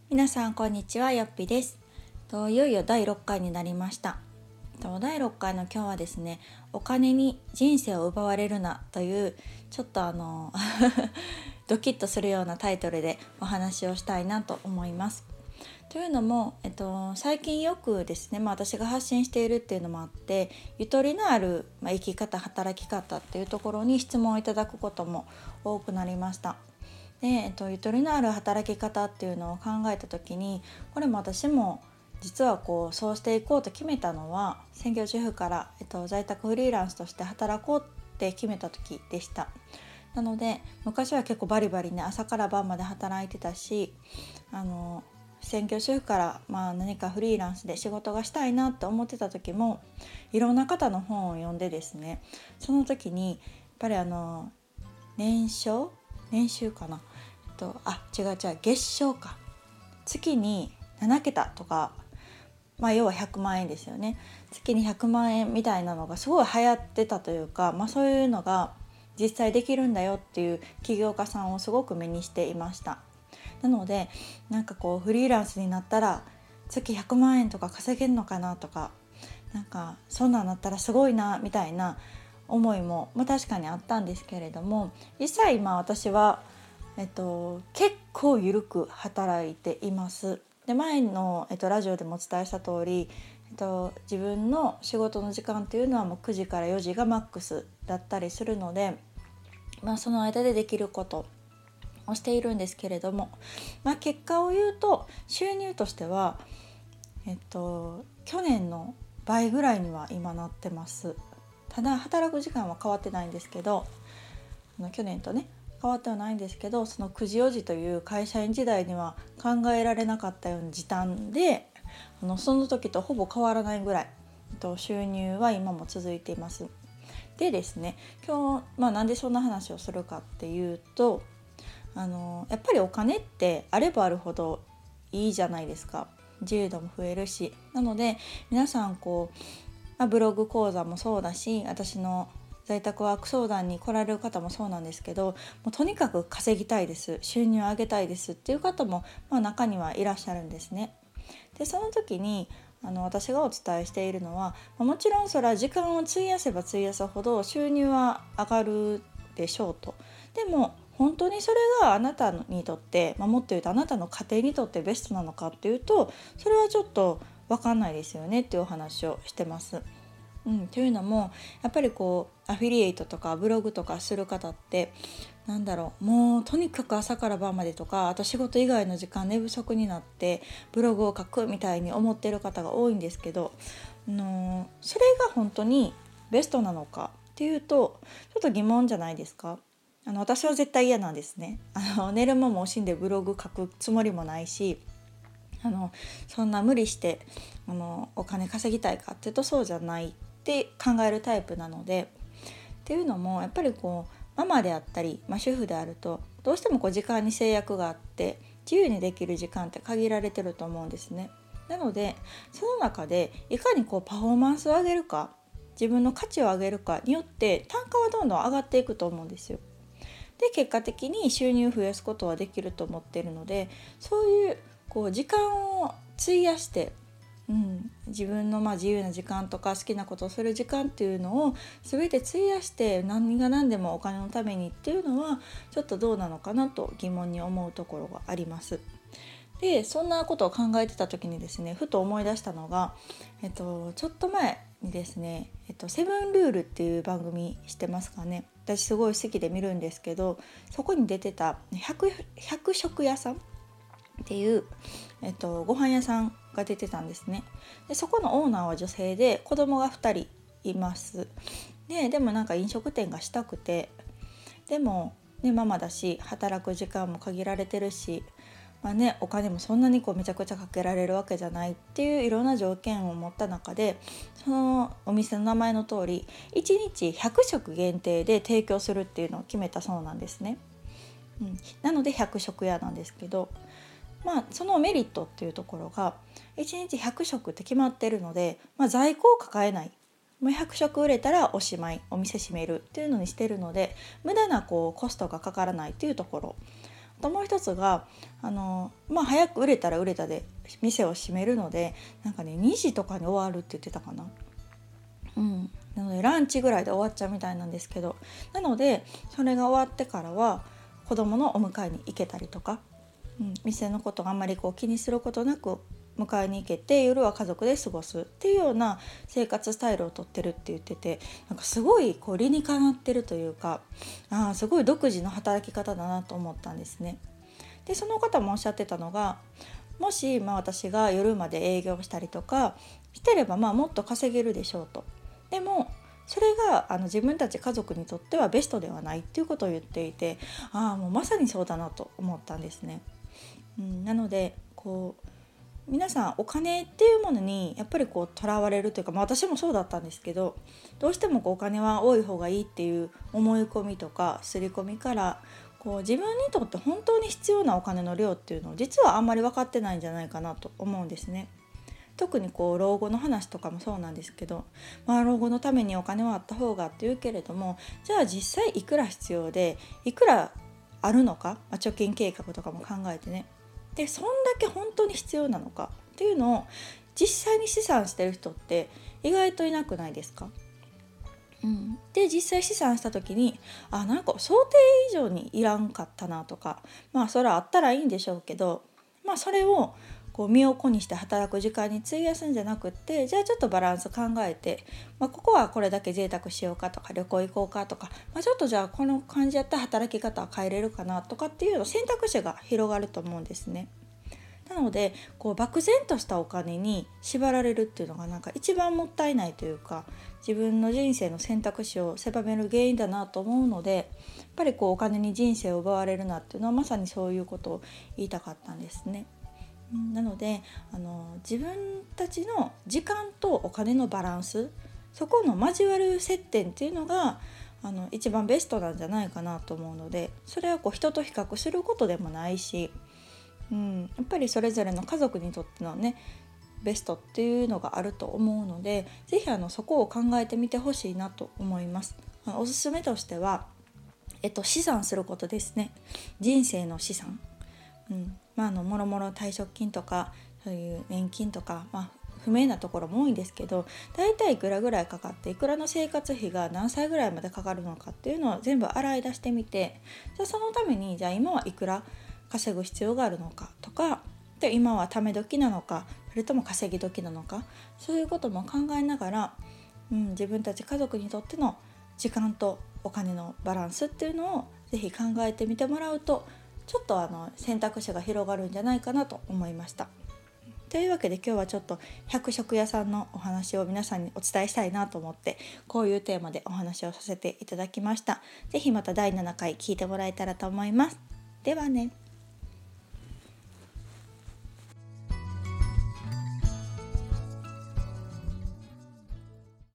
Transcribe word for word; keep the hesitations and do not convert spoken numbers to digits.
皆さんこんにちは、よっぴです。といよいよだいろっかいになりました。とだいろっかいの今日はですね、お金に人生を奪われるなというちょっとあのドキッとするようなタイトルでお話をしたいなと思います。というのも、えっと、最近よくですね、まあ、私が発信しているっていうのもあってゆとりのある、まあ、生き方働き方っていうところに質問をいただくことも多くなりました。で、えっと、ゆとりのある働き方っていうのを考えた時に、これも私も実はこうそうしていこうと決めたのは専業主婦から、えっと、在宅フリーランスとして働こうって決めた時でした。なので昔は結構バリバリね朝から晩まで働いてたし、あの専業主婦から、まあ、何かフリーランスで仕事がしたいなって思ってた時もいろんな方の本を読んでですね、その時にやっぱりあの年商年収かな、えっと、あ違う違う月賞か、月にななけたとか、まあ要はひゃくまんえんですよね。月にひゃくまんえんみたいなのがすごい流行ってたというか、まあ、そういうのが実際できるんだよっていう起業家さんをすごく目にしていました。なのでなんかこうフリーランスになったら月ひゃくまんえんとか稼げるのかなとか、なんかそんなんなったらすごいなみたいな思いも、まあ、確かにあったんですけれども、実際今私は、えっと、結構緩く働いています。で前の、えっと、ラジオでもお伝えした通り、えっと、自分の仕事の時間っていうのはもうくじからよじがマックスだったりするので、まあ、その間でできることをしているんですけれども、まあ、結果を言うと収入としては、えっと、去年の倍ぐらいには今なってます。ただ働く時間は変わってないんですけど、あの去年とね変わってはないんですけど、そのくじよじという会社員時代には考えられなかったような時短で、あのその時とほぼ変わらないぐらいと収入は今も続いています。でですね、今日、まあ、なんでそんな話をするかっていうと、あのやっぱりお金ってあればあるほどいいじゃないですか。自由度も増えるし。なので皆さんこう、まあ、ブログ講座もそうだし、私の在宅ワーク相談に来られる方もそうなんですけど、もうとにかく稼ぎたいです、収入を上げたいですっていう方も、まあ、中にはいらっしゃるんですね。でその時にあの私がお伝えしているのは、もちろんそれは時間を費やせば費やすほど収入は上がるでしょうと。でも本当にそれがあなたにとって、まあ、もっと言うとあなたの家庭にとってベストなのかっていうと、それはちょっと分かんないですよねっていうお話をしてます。うん、というのもやっぱりこうアフィリエイトとかブログとかする方って、なんだろう、もうとにかく朝から晩までとか、あと仕事以外の時間寝不足になってブログを書くみたいに思ってる方が多いんですけど、あのー、それが本当にベストなのかっていうとちょっと疑問じゃないですか。あの私は絶対嫌なんですね。あの寝る間も惜しんでブログ書くつもりもないし、あのそんな無理してあのお金稼ぎたいかっていうとそうじゃないって考えるタイプなので、っていうのもやっぱりこうママであったり、まあ、主婦であるとどうしてもこう時間に制約があって自由にできる時間って限られてると思うんですね。なのでその中でいかにこうパフォーマンスを上げるか、自分の価値を上げるかによって単価はどんどん上がっていくと思うんですよ。で結果的に収入を増やすことはできると思っているので、そういうこう時間を費やして、うん、自分のまあ自由な時間とか好きなことをする時間っていうのを全て費やして何が何でもお金のためにっていうのはちょっとどうなのかなと疑問に思うところがあります。でそんなことを考えてた時にですね、ふと思い出したのが、えっと、ちょっと前にですね、えっと、セブンルールっていう番組知ってますかね。私すごい好きで見るんですけど、そこに出てた ひゃく, ひゃく食屋さんっていう、えっと、ご飯屋さんが出てたんですね。でそこのオーナーは女性で子供がふたりいます。ででもなんか飲食店がしたくて、でも、ね、ママだし働く時間も限られてるし、まあね、お金もそんなにこうめちゃくちゃかけられるわけじゃないっていういろんな条件を持った中で、そのお店の名前の通りいちにちひゃくしょく限定で提供するっていうのを決めたそうなんですね。うん、なのでひゃく食屋なんですけど、まあそのメリットっていうところがいちにちひゃく食って決まってるので、まあ、在庫を抱えない、もうひゃく食売れたらおしまい、お店閉めるっていうのにしてるので無駄なこうコストがかからないっていうところあともう一つがあの、まあ、早く売れたら売れたで店を閉めるので、なんかねにじとかに終わるって言ってたかな。うん、なのでランチぐらいで終わっちゃうみたいなんですけど、なのでそれが終わってからは子供のお迎えに行けたりとか、うん、店のことがあんまりこう気にすることなく迎えに行けて、夜は家族で過ごすっていうような生活スタイルをとってるって言ってて、なんかすごいこう理にかなってるというか、あすごい独自の働き方だなと思ったんですね。でその方もおっしゃってたのが、もしまあ私が夜まで営業したりとかしてれば、まあもっと稼げるでしょうと。でもそれがあの自分たち家族にとってはベストではないっていうことを言っていて、ああもうまさにそうだなと思ったんですね。うん、なのでこう皆さんお金っていうものにやっぱりこうとらわれるというか、まあ、私もそうだったんですけど、どうしてもこうお金は多い方がいいっていう思い込みとか刷り込みから、こう自分にとって本当に必要なお金の量っていうのを実はあんまり分かってないんじゃないかなと思うんですね。特にこう老後の話とかもそうなんですけど、まあ、老後のためにお金はあった方がっていうけれども、じゃあ実際いくら必要でいくらあるのか、まあ、貯金計画とかも考えてね、でそんだけ本当に必要なのかっていうのを実際に試算してる人って意外といなくないですか？うん、で実際試算した時に、あなんか想定以上にいらんかったなとか、まあそれはあったらいいんでしょうけど、まあそれをこう身を粉にして働く時間に費やすんじゃなくって、じゃあちょっとバランス考えて、まあ、ここはこれだけ贅沢しようかとか旅行行こうかとか、まあ、ちょっとじゃあこの感じやったら働き方は変えれるかなとかっていうの選択肢が広がると思うんですね。なのでこう漠然としたお金に縛られるっていうのがなんか一番もったいないというか、自分の人生の選択肢を狭める原因だなと思うので、やっぱりこうお金に人生を奪われるなっていうのはまさにそういうことを言いたかったんですね。なのであの自分たちの時間とお金のバランス、そこの交わる接点っていうのがあの一番ベストなんじゃないかなと思うので、それはこう人と比較することでもないし、うん、やっぱりそれぞれの家族にとってのねベストっていうのがあると思うので、ぜひあのそこを考えてみてほしいなと思います。あのおすすめとしては、えっと、資産することですね。人生の資産、うんまあ、あのもろもろ退職金とかそういう年金とか、まあ、不明なところも多いんですけど、だいたいいくらぐらいかかっていくらの生活費が何歳ぐらいまでかかるのかっていうのを全部洗い出してみて、じゃあそのためにじゃあ今はいくら稼ぐ必要があるのかとか、で今は貯め時なのかそれとも稼ぎ時なのか、そういうことも考えながら、うん、自分たち家族にとっての時間とお金のバランスっていうのをぜひ考えてみてもらうと、ちょっとあの選択肢が広がるんじゃないかなと思いました。というわけで今日はちょっと百食屋さんのお話を皆さんにお伝えしたいなと思って、こういうテーマでお話をさせていただきました。ぜひまただいななかい聞いてもらえたらと思います。ではね。